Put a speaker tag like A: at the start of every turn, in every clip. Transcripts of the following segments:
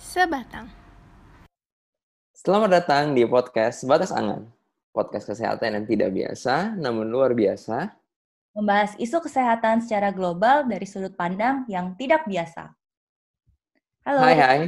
A: Sebatang.
B: Selamat datang di podcast Sebatas Angan. Podcast kesehatan yang tidak biasa, namun luar biasa.
C: Membahas isu kesehatan secara global dari sudut pandang yang tidak biasa. Halo.
B: Hai.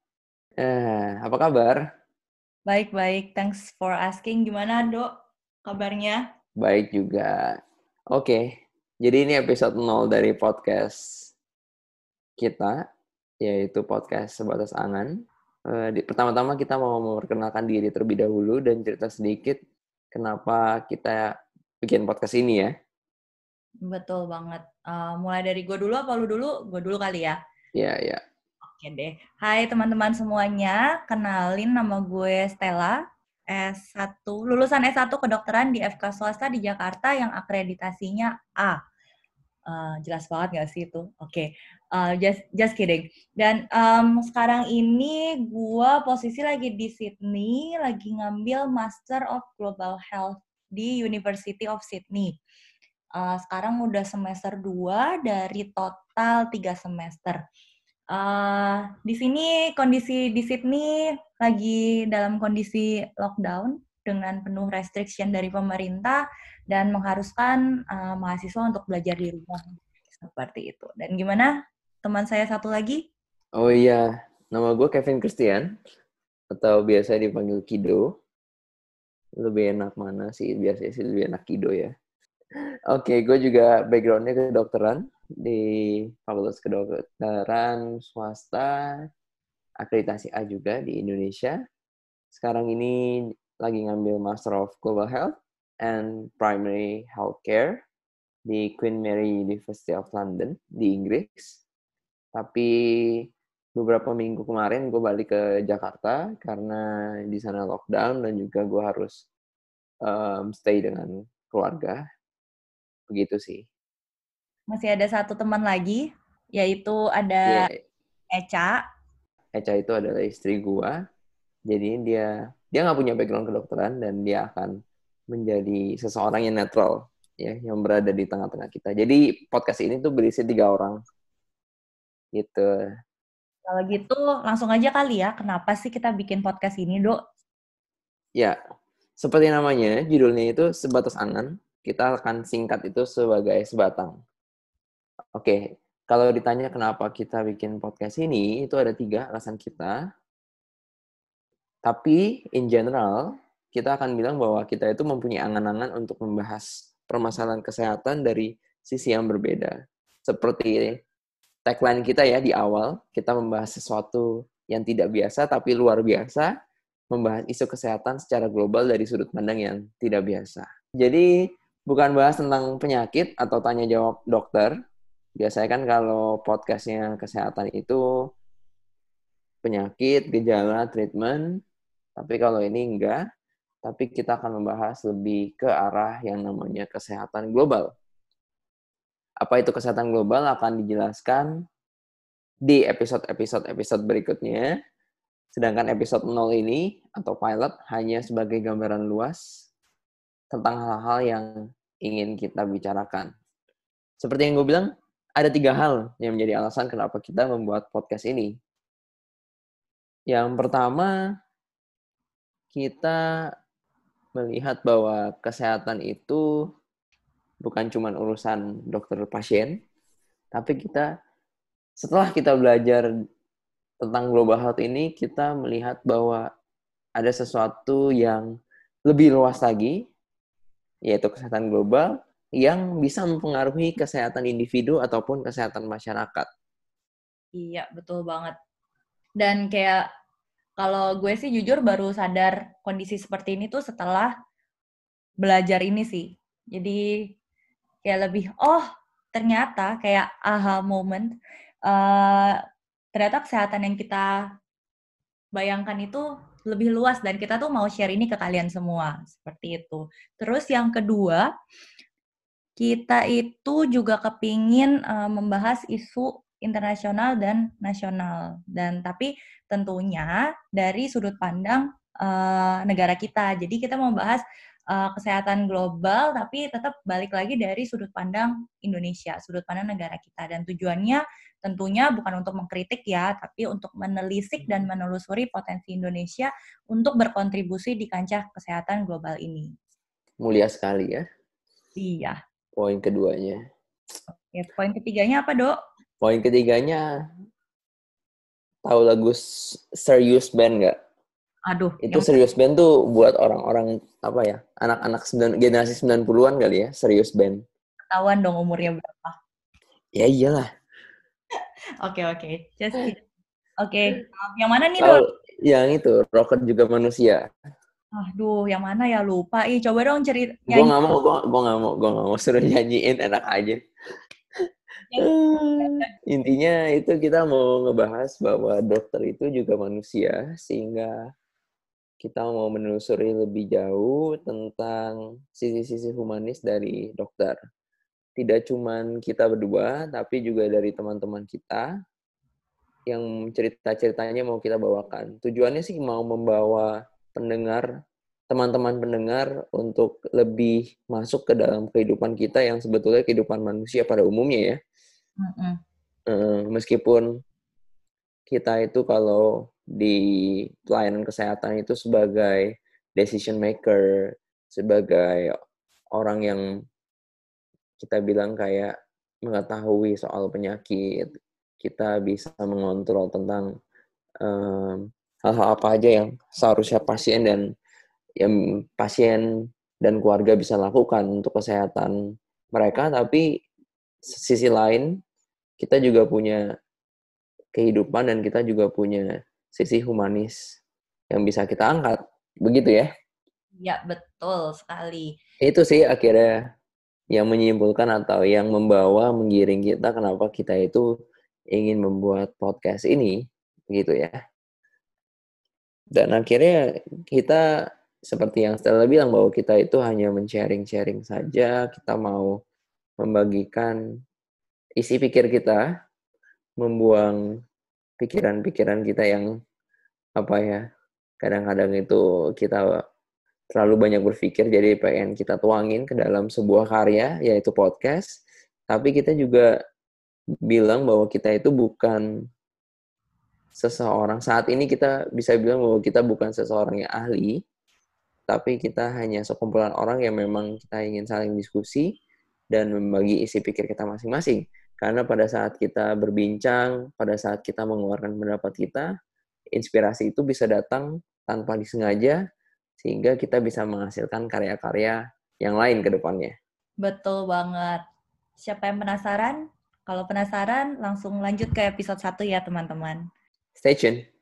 B: Apa kabar?
C: Baik. Thanks for asking. Gimana, Dok? Kabarnya?
B: Baik juga. Oke, jadi ini episode 0 dari podcast kita, yaitu podcast Sebatas Angan. Pertama-tama kita mau memperkenalkan diri terlebih dahulu dan cerita sedikit kenapa kita bikin podcast ini ya.
C: Betul banget. Mulai dari gue dulu apa lu dulu? Gue dulu kali ya?
B: Iya.
C: Oke deh. Hai teman-teman semuanya. Kenalin, nama gue Stella. S1, lulusan S1 kedokteran di FK swasta di Jakarta yang akreditasinya A. Jelas banget nggak sih itu? Oke. Just kidding. Dan sekarang ini gue posisi lagi di Sydney, lagi ngambil Master of Global Health di University of Sydney. Sekarang udah semester 2 dari total 3 semester. Di sini kondisi di Sydney lagi dalam kondisi lockdown dengan penuh restriction dari pemerintah dan mengharuskan mahasiswa untuk belajar di rumah seperti itu. Dan gimana teman saya satu lagi?
B: Oh iya, nama gue Kevin Christian atau biasa dipanggil Kido. Lebih enak mana sih? Biasanya sih lebih enak Kido ya. Oke, gue juga background-nya kedokteran di Fakultas Kedokteran swasta, akreditasi A juga di Indonesia. Sekarang ini lagi ngambil Master of Global Health and Primary Healthcare di Queen Mary University of London di Inggris. Tapi beberapa minggu kemarin gue balik ke Jakarta karena di sana lockdown dan juga gue harus stay dengan keluarga. Begitu sih.
C: Masih ada satu teman lagi, yaitu ada Eca.
B: Eca itu adalah istri gue. Jadi dia nggak punya background kedokteran dan dia akan menjadi seseorang yang netral, ya, yang berada di tengah-tengah kita. Jadi podcast ini tuh berisi 3 orang. Gitu.
C: Kalau gitu langsung aja kali ya, kenapa sih kita bikin podcast ini, Dok?
B: Ya, seperti namanya, judulnya itu Sebatas Angan. Kita akan singkat itu sebagai sebatang. Oke, kalau ditanya kenapa kita bikin podcast ini, itu ada 3 alasan kita. Tapi, in general, kita akan bilang bahwa kita itu mempunyai angan-angan untuk membahas permasalahan kesehatan dari sisi yang berbeda. Seperti tagline kita ya di awal, kita membahas sesuatu yang tidak biasa tapi luar biasa, membahas isu kesehatan secara global dari sudut pandang yang tidak biasa. Jadi, bukan bahas tentang penyakit atau tanya jawab dokter. Biasanya kan kalau podcastnya kesehatan itu penyakit, gejala, treatment. Tapi kalau ini enggak. Tapi kita akan membahas lebih ke arah yang namanya kesehatan global. Apa itu kesehatan global akan dijelaskan di episode berikutnya. Sedangkan episode 0 ini atau pilot hanya sebagai gambaran luas tentang hal-hal yang ingin kita bicarakan. Seperti yang gue bilang, ada 3 hal yang menjadi alasan kenapa kita membuat podcast ini. Yang pertama, kita melihat bahwa kesehatan itu bukan cuma urusan dokter pasien, tapi setelah kita belajar tentang global health ini, kita melihat bahwa ada sesuatu yang lebih luas lagi, yaitu kesehatan global, yang bisa mempengaruhi kesehatan individu ataupun kesehatan masyarakat.
C: Iya, betul banget. Dan kayak kalau gue sih jujur baru sadar kondisi seperti ini tuh setelah belajar ini sih. Jadi kayak lebih, ternyata kayak aha moment, ternyata kesehatan yang kita bayangkan itu lebih luas dan kita tuh mau share ini ke kalian semua. Seperti itu. Terus yang kedua, kita itu juga kepingin membahas isu internasional dan nasional. Dan tapi tentunya dari sudut pandang negara kita. Jadi kita mau bahas kesehatan global, tapi tetap balik lagi dari sudut pandang Indonesia, sudut pandang negara kita. Dan tujuannya tentunya bukan untuk mengkritik ya, tapi untuk menelisik dan menelusuri potensi Indonesia untuk berkontribusi di kancah kesehatan global ini.
B: Mulia sekali ya.
C: Iya.
B: Poin keduanya.
C: Oke, poin ketiganya apa, Dok?
B: Poin ketiganya, tahu lagu Serious Band nggak?
C: Aduh,
B: Itu Serious Band tuh buat orang-orang apa ya? Anak-anak generasi 90-an kali ya, Serious Band.
C: ketahuan dong umurnya berapa.
B: Ya iyalah.
C: Oke. Just kidding. Oke, yang mana nih, Dok?
B: Tahu yang itu, Rocker Juga Manusia.
C: Aduh, yang mana ya, lupa. Coba dong cerita
B: Gue
C: nyanyi.
B: nggak mau suruh nyanyiin, enak aja. Intinya itu kita mau ngebahas bahwa dokter itu juga manusia, sehingga kita mau menelusuri lebih jauh tentang sisi-sisi humanis dari dokter. Tidak cuman kita berdua, tapi juga dari teman-teman kita yang cerita-ceritanya mau kita bawakan. Tujuannya sih mau membawa pendengar, teman-teman pendengar untuk lebih masuk ke dalam kehidupan kita yang sebetulnya kehidupan manusia pada umumnya ya. Meskipun kita itu kalau di pelayanan kesehatan itu sebagai decision maker, sebagai orang yang kita bilang kayak mengetahui soal penyakit, kita bisa mengontrol tentang hal-hal apa aja yang seharusnya pasien dan keluarga bisa lakukan untuk kesehatan mereka, tapi sisi lain kita juga punya kehidupan dan kita juga punya sisi humanis yang bisa kita angkat. Begitu ya?
C: Ya, betul sekali.
B: Itu sih akhirnya yang menyimpulkan atau yang menggiring kita kenapa kita itu ingin membuat podcast ini, gitu ya. Dan akhirnya kita seperti yang Stella bilang bahwa kita itu hanya men-sharing saja, kita mau membagikan isi pikir kita, membuang pikiran-pikiran kita yang apa ya, kadang-kadang itu kita terlalu banyak berpikir, jadi pengen kita tuangin ke dalam sebuah karya, yaitu podcast. Tapi kita juga bilang bahwa kita itu bukan seseorang, saat ini kita bisa bilang bahwa kita bukan seseorang yang ahli, tapi kita hanya sekumpulan orang yang memang kita ingin saling diskusi dan membagi isi pikir kita masing-masing. Karena pada saat kita berbincang, pada saat kita mengeluarkan pendapat kita, inspirasi itu bisa datang tanpa disengaja, sehingga kita bisa menghasilkan karya-karya yang lain ke depannya.
C: Betul banget. Siapa yang penasaran? Kalau penasaran, langsung lanjut ke episode 1 ya, teman-teman.
B: Stay tune.